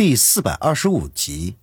第425集。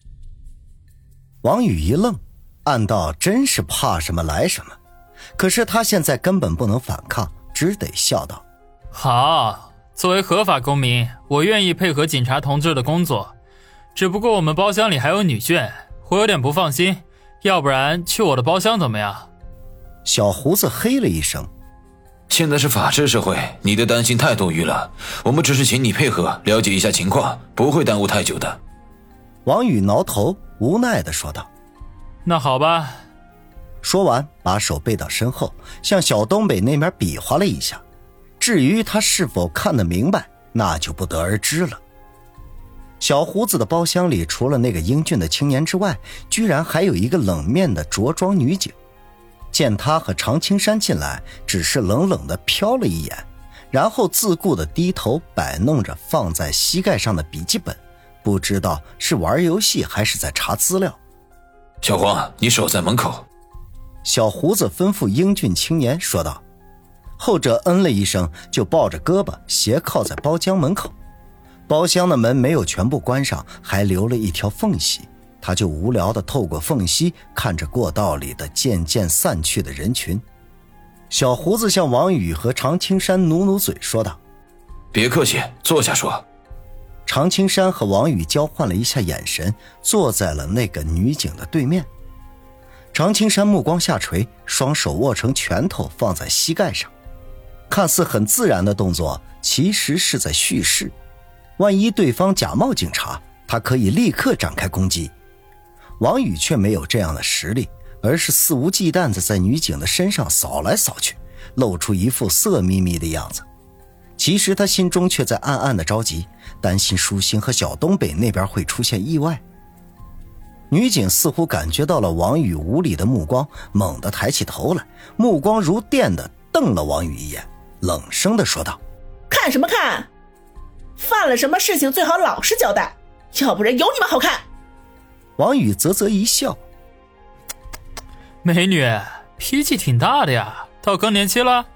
王宇一愣，暗道真是怕什么来什么，可是他现在根本不能反抗，只得笑道： 好，作为合法公民，我愿意配合警察同志的工作，只不过我们包厢里还有女眷，我有点不放心，要不然去我的包厢怎么样？ 小胡子嘿了一声： 现在是法治社会，你的担心太多余了，我们只是请你配合了解一下情况，不会耽误太久的。 王宇挠头无奈地说道： 那好吧。 说完把手背到身后，向小东北那边比划了一下，至于他是否看得明白，那就不得而知了。小胡子的包厢里除了那个英俊的青年之外，居然还有一个冷面的着装女警。见他和常青山进来，只是冷冷地瞟了一眼，然后自顾地低头摆弄着放在膝盖上的笔记本，不知道是玩游戏还是在查资料。 小黄，你守在门口。 小胡子吩咐英俊青年说道。后者嗯了一声，就抱着胳膊斜靠在包厢门口。包厢的门没有全部关上，还留了一条缝隙，他就无聊地透过缝隙看着过道里的渐渐散去的人群。小胡子向王宇和常青山努努嘴说道： 别客气，坐下说。 常青山和王宇交换了一下眼神，坐在了那个女警的对面。常青山目光下垂，双手握成拳头放在膝盖上，看似很自然的动作，其实是在蓄势。万一对方假冒警察，他可以立刻展开攻击。王宇却没有这样的实力，而是肆无忌惮地在女警的身上扫来扫去，露出一副色眯眯的样子。其实他心中却在暗暗地着急，担心舒心和小东北那边会出现意外。女警似乎感觉到了王宇无理的目光，猛地抬起头来，目光如电地瞪了王宇一眼，冷声地说道： 看什么看？犯了什么事情最好老实交代，要不然有你们好看。 王宇啧啧一笑： 美女脾气挺大的呀，到更年期了？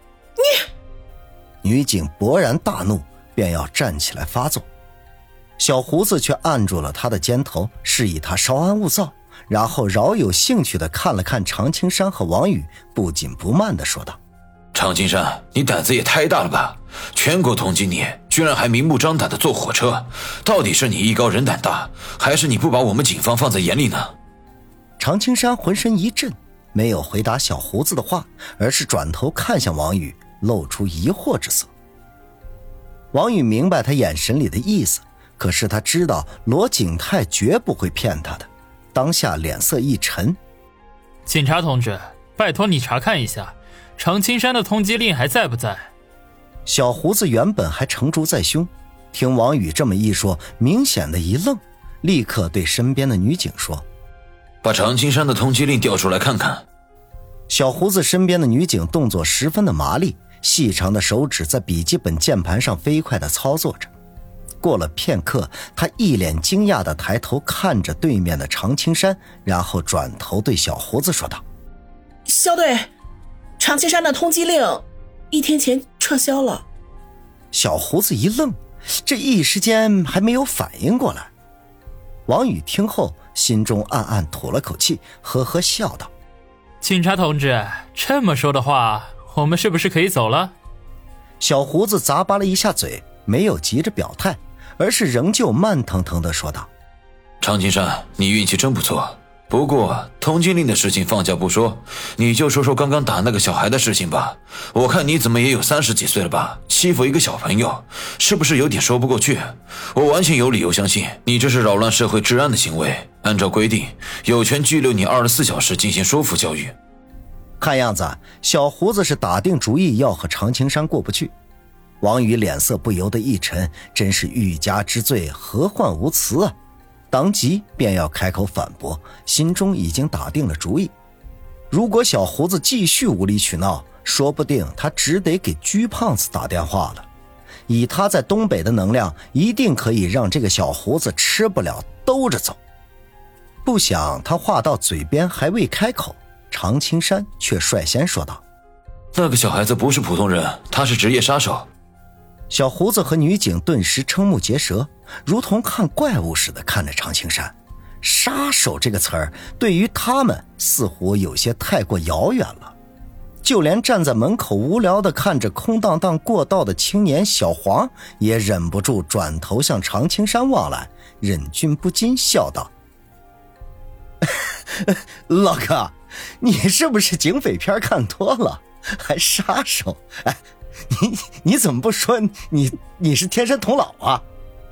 女警勃然大怒，便要站起来发作。小胡子却按住了他的肩头，示意他稍安勿躁，然后饶有兴趣地看了看常青山和王宇，不紧不慢地说道： 常青山，你胆子也太大了吧，全国通缉你，居然还明目张胆地坐火车，到底是你艺高人胆大，还是你不把我们警方放在眼里呢？ 常青山浑身一震，没有回答小胡子的话，而是转头看向王宇，露出疑惑之色。王宇明白他眼神里的意思，可是他知道罗景泰绝不会骗他的，当下脸色一沉： 警察同志，拜托你查看一下常青山的通缉令还在不在？ 小胡子原本还成竹在胸，听王宇这么一说，明显的一愣，立刻对身边的女警说： 把常青山的通缉令调出来看看。 小胡子身边的女警动作十分的麻利，细长的手指在笔记本键盘上飞快地操作着。过了片刻，她一脸惊讶地抬头看着对面的常青山，然后转头对小胡子说道： 肖队，常青山的通缉令1天前撤销了。 小胡子一愣，这一时间还没有反应过来。王宇听后心中暗暗吐了口气，呵呵笑道： 警察同志，这么说的话，我们是不是可以走了？ 小胡子咂巴了一下嘴，没有急着表态，而是仍旧慢腾腾地说道： 常青山，你运气真不错，不过通缉令的事情放下不说，你就说说刚刚打那个小孩的事情吧。我看你怎么也有30几岁了吧，欺负一个小朋友，是不是有点说不过去？我完全有理由相信你这是扰乱社会治安的行为，按照规定有权拘留你24小时进行说服教育。 看样子小胡子是打定主意要和常青山过不去。王宇脸色不由得一沉，真是欲加之罪，何患无辞啊！当即便要开口反驳，心中已经打定了主意。如果小胡子继续无理取闹，说不定他只得给居胖子打电话了。以他在东北的能量，一定可以让这个小胡子吃不了兜着走。不想他话到嘴边还未开口，常青山却率先说道： 那个小孩子不是普通人，他是职业杀手。 小胡子和女警顿时瞠目结舌，如同看怪物似的看着常青山。杀手这个词儿对于他们似乎有些太过遥远了。就连站在门口无聊地看着空荡荡过道的青年小黄也忍不住转头向常青山望来，忍俊不禁笑道：老哥，你是不是警匪片看多了，还杀手？哎，你怎么不说你是天山童姥啊？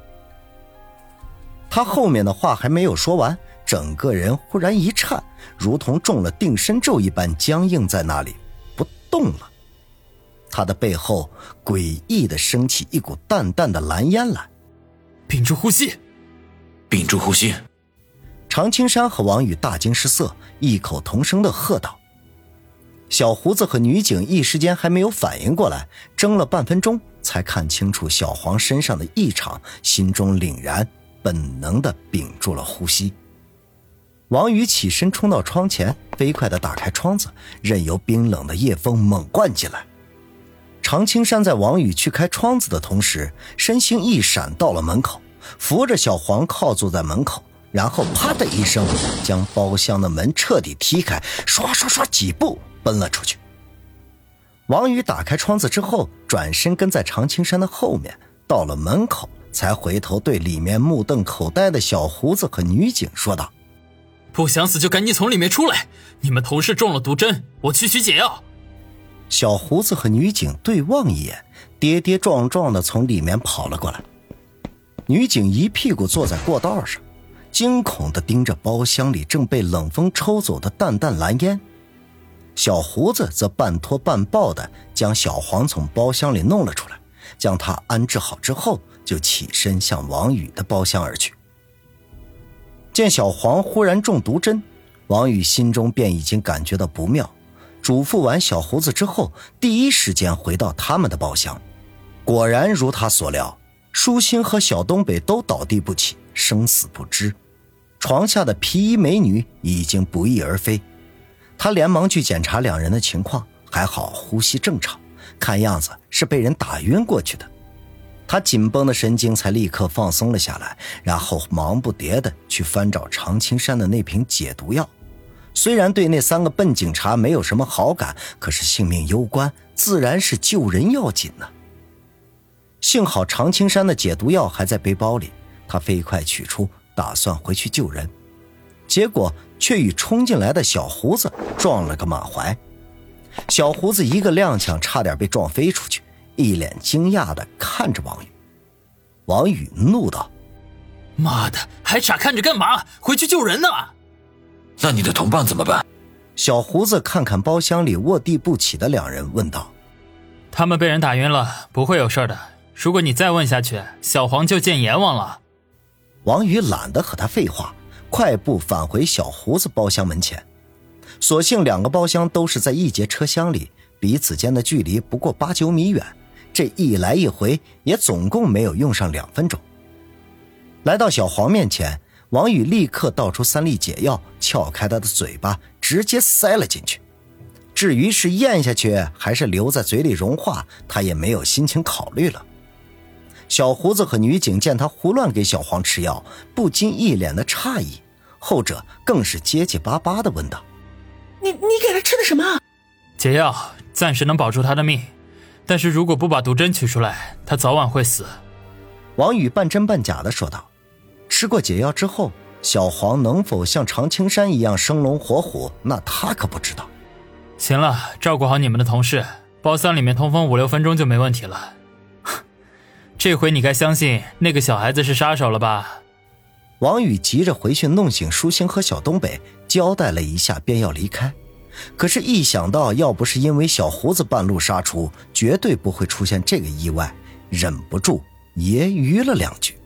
他后面的话还没有说完，整个人忽然一颤，如同中了定身咒一般僵硬在那里不动了。他的背后诡异地升起一股淡淡的蓝烟来。 屏住呼吸， 屏住呼吸。 常青山和王宇大惊失色，异口同声地喝道。小胡子和女警一时间还没有反应过来，争了半分钟才看清楚小黄身上的异常，心中凛然，本能地屏住了呼吸。王宇起身冲到窗前，飞快地打开窗子，任由冰冷的夜风猛灌进来。常青山在王宇去开窗子的同时，身形一闪到了门口，扶着小黄靠坐在门口，然后啪的一声将包厢的门彻底踢开，刷刷刷几步奔了出去。王宇打开窗子之后，转身跟在常青山的后面，到了门口才回头对里面目瞪口呆的小胡子和女警说道： 不想死就赶紧从里面出来，你们同事中了毒针，我去取解药。 小胡子和女警对望一眼，跌跌撞撞地从里面跑了过来。女警一屁股坐在过道上，惊恐地盯着包厢里正被冷风抽走的淡淡蓝烟。小胡子则半拖半抱地将小黄从包厢里弄了出来，将他安置好之后，就起身向王宇的包厢而去。见小黄忽然中毒针，王宇心中便已经感觉到不妙，嘱咐完小胡子之后，第一时间回到他们的包厢。果然如他所料，舒心和小东北都倒地不起，生死不知。床下的皮衣美女已经不翼而飞，他连忙去检查两人的情况，还好呼吸正常，看样子是被人打晕过去的。他紧绷的神经才立刻放松了下来，然后忙不迭地去翻找常青山的那瓶解毒药。虽然对那3个笨警察没有什么好感，可是性命攸关，自然是救人要紧呢。幸好常青山的解毒药还在背包里，他飞快取出，打算回去救人，结果却与冲进来的小胡子撞了个满怀。小胡子一个踉跄，差点被撞飞出去，一脸惊讶地看着王宇。王宇怒道： 妈的，还傻看着干嘛？回去救人呢！ 那你的同伴怎么办？ 小胡子看看包厢里卧地不起的两人，问道： 他们被人打晕了，不会有事的。如果你再问下去，小黄就见阎王了。 王宇懒得和他废话，快步返回小胡子包厢门前。所幸2个包厢都是在一节车厢里，彼此间的距离不过8、9米远，这一来一回也总共没有用上2分钟。来到小黄面前，王宇立刻倒出3粒解药，撬开他的嘴巴，直接塞了进去。至于是咽下去还是留在嘴里融化，他也没有心情考虑了。小胡子和女警见他胡乱给小黄吃药，不禁一脸的诧异，后者更是结结巴巴地问道： 你给他吃的什么？ 解药，暂时能保住他的命，但是如果不把毒针取出来，他早晚会死。 王宇半真半假地说道。吃过解药之后，小黄能否像常青山一样生龙活虎，那他可不知道。 行了，照顾好你们的同事，包厢里面通风5、6分钟就没问题了。这回你该相信那个小孩子是杀手了吧？ 王宇急着回去弄醒舒心和小东北，交代了一下便要离开。可是一想到要不是因为小胡子半路杀出，绝对不会出现这个意外，忍不住揶揄了2句。